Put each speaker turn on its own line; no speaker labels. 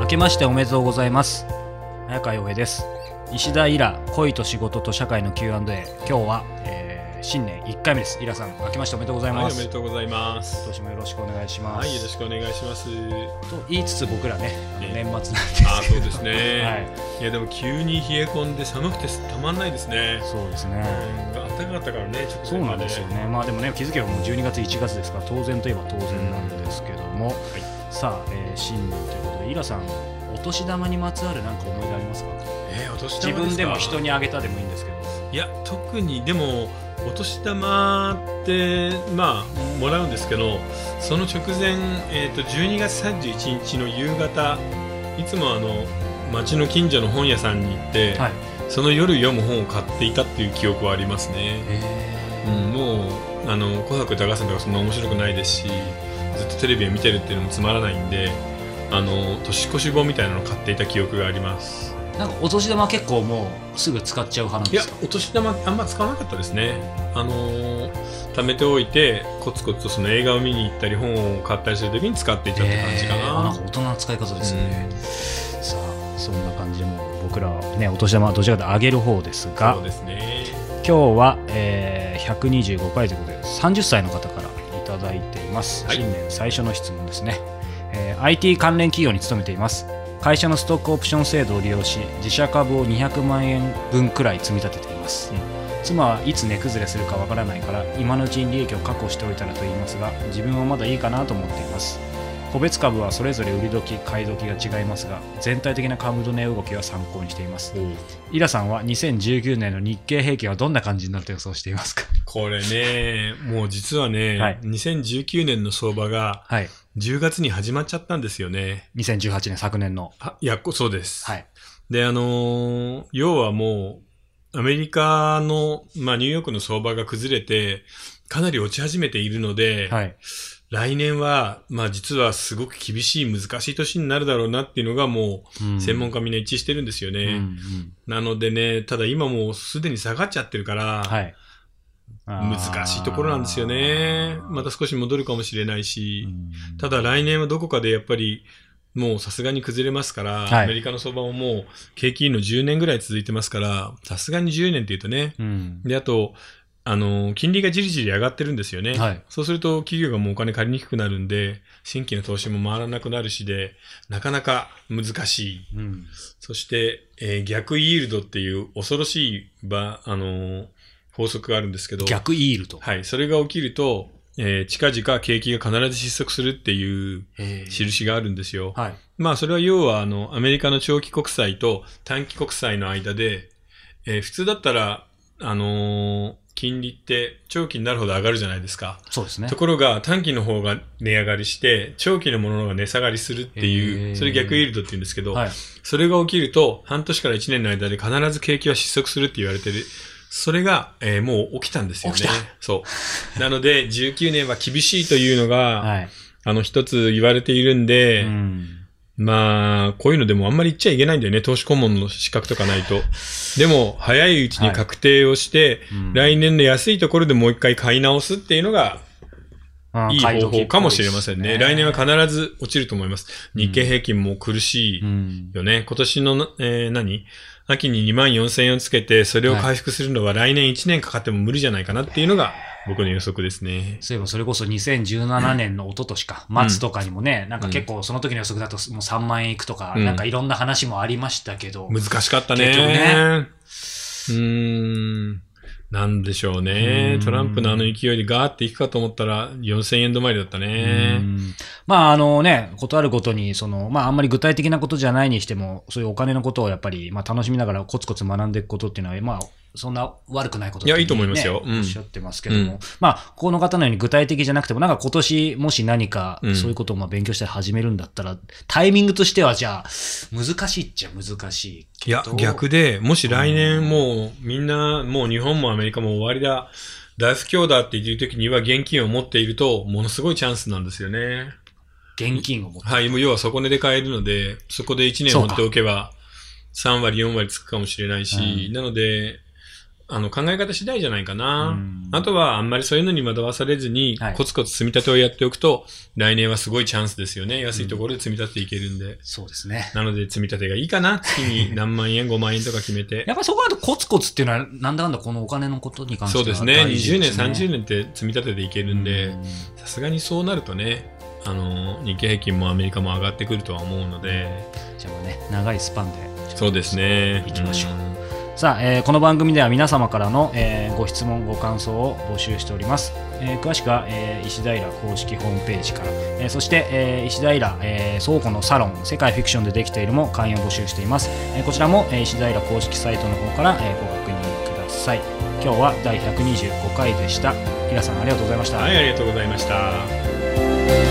けましておめでとうございます。早川洋平です。石田イラ恋と仕事と社会の Q&A、 今日は、新年1回目です。イラさん、明けましておめでとうございます。
はい、おめでとうございます。
今年もよろしくお願いします。
はい、よろしくお願いします。と
言いつつ僕らね、年末なんですけど。
そうですね、
はい、
いやでも急に冷え込んで寒くてたまんないですね。
そうですね、
暖かかったからね。
そうなんですよね。まあでもね、気づけばもう12月1月ですから、当然といえば当然なんですけども、はい、さあ、新年ということで、イラさん、お年玉にまつわる何か思い出ありますか？
お年玉ですか？
自分でも人にあげたでもいいんですけど。
いや、特にでもお年玉ってまあもらうんですけど、その直前、12月31日の夕方、いつも町の近所の本屋さんに行って、はい、その夜読む本を買っていたっていう記憶はありますね。もう紅白歌合戦とかそんな面白くないですし、ずっとテレビを見てるっていうのもつまらないんで、年越し本みたいなのを買っていた記憶があります。
なんかお年玉結構もうすぐ使っちゃう派なんですか？
いや、お年玉あんま使わなかったですね。貯めておいてコツコツとその映画を見に行ったり本を買ったりするときに使っていたって感じかな。
なんか大人の使い方ですね。さあ、そんな感じでも僕らはね、お年玉はどちらかというとあげる方ですが、そうですね、今日は、125回ということで30歳の方からいただいています、はい、新年最初の質問ですね。IT 関連企業に勤めています。会社のストックオプション制度を利用し、自社株を200万円分くらい積み立てています、妻はいつ値崩れするかわからないから今のうちに利益を確保しておいたらと言いますが、自分はまだいいかなと思っています。個別株はそれぞれ売り時買い時が違いますが、全体的な株の値動きは参考にしています。イラさんは2019年の日経平均はどんな感じになると予想していますか？
これね、もう実はね、はい、2019年の相場が10月に始まっちゃったんですよね。
2018年、昨年の。
いや、そうです。
はい、
で、要はもう、アメリカの、ニューヨークの相場が崩れて、かなり落ち始めているので、はい、来年は、実はすごく厳しい、難しい年になるだろうなっていうのがもう、専門家みんな一致してるんですよね。なのでね、ただ今もうすでに下がっちゃってるから、はい、難しいところなんですよね。また少し戻るかもしれないし、ただ来年はどこかでやっぱり、もうさすがに崩れますから、はい、アメリカの相場ももう景気いいの10年ぐらい続いてますから、さすがに10年って言うとね、で、あと、金利がじりじり上がってるんですよね。はい、そうすると企業がもうお金借りにくくなるんで、新規の投資も回らなくなるしで、なかなか難しい。そして、逆イールドっていう恐ろしい法則があるんですけど。
逆イールド。
はい。それが起きると、近々景気が必ず失速するっていう印があるんですよ。はい。それは要はアメリカの長期国債と短期国債の間で、普通だったら、金利って長期になるほど上がるじゃないですか。
そうですね。
ところが短期の方が値上がりして、長期のものが値下がりするっていう、それ逆イールドって言うんですけど、はい、それが起きると半年から1年の間で必ず景気は失速するって言われてる。それが、もう起きたんですよね。そう。なので、19年は厳しいというのが、はい、一つ言われているんで、こういうのでもあんまり言っちゃいけないんだよね。投資顧問の資格とかないと。でも、早いうちに確定をして、はい、来年の安いところでもう一回買い直すっていうのが、いい方法かもしれませんね。来年は必ず落ちると思います。日経平均も苦しいよね。今年の、秋に24,000円をつけて、それを回復するのは来年1年かかっても無理じゃないかなっていうのが僕の予測ですね。
そういえばそれこそ2017年の一昨年か、末とかにもね、なんか結構その時の予測だともう3万円いくとか、なんかいろんな話もありましたけど。
難しかったね。結局ね。なんでしょうね。トランプの勢いでガーっていくかと思ったら4,000円止まりだったね。
ことあるごとに、あんまり具体的なことじゃないにしても、そういうお金のことをやっぱり、楽しみながらコツコツ学んでいくことっていうのは、そんな悪くないことって、
いや、いいと思いますよ。
おっしゃってますけども。この方のように具体的じゃなくても、なんか今年もし何かそういうことを勉強して始めるんだったら、タイミングとしてはじゃあ、難しいっちゃ難しいけど。
いや、逆で、もし来年もうみんな、もう日本もアメリカも終わりだ、大不況だって言う時には現金を持っていると、ものすごいチャンスなんですよね。
現金を持っている。
はい、もう要は底値で買えるので、そこで1年持っておけば、3割、4割つくかもしれないし、なので、 考え方次第じゃないかな。あとは、あんまりそういうのに惑わされずに、コツコツ積み立てをやっておくと、来年はすごいチャンスですよね。安いところで積み立てていけるんで。
そうですね。
なので、積み立てがいいかな。月に何万円、5万円とか決めて。
やっぱそこはコツコツっていうのは、なんだかんだこのお金のことに関しては
そうですね。20年、30年って積み立てていけるんで、さすがにそうなるとね、日経平均もアメリカも上がってくるとは思うので。
じゃあね、長いスパンで。
そうですね。
いきましょう。さあ、この番組では皆様からの、ご質問ご感想を募集しております。詳しくは、石平公式ホームページから、そして、石平、倉庫のサロン世界フィクションでできているも会員を募集しています。こちらも、石平公式サイトの方から、ご確認ください。今日は第125回でした。平さんありがとうございました。
はい、ありがとうございました。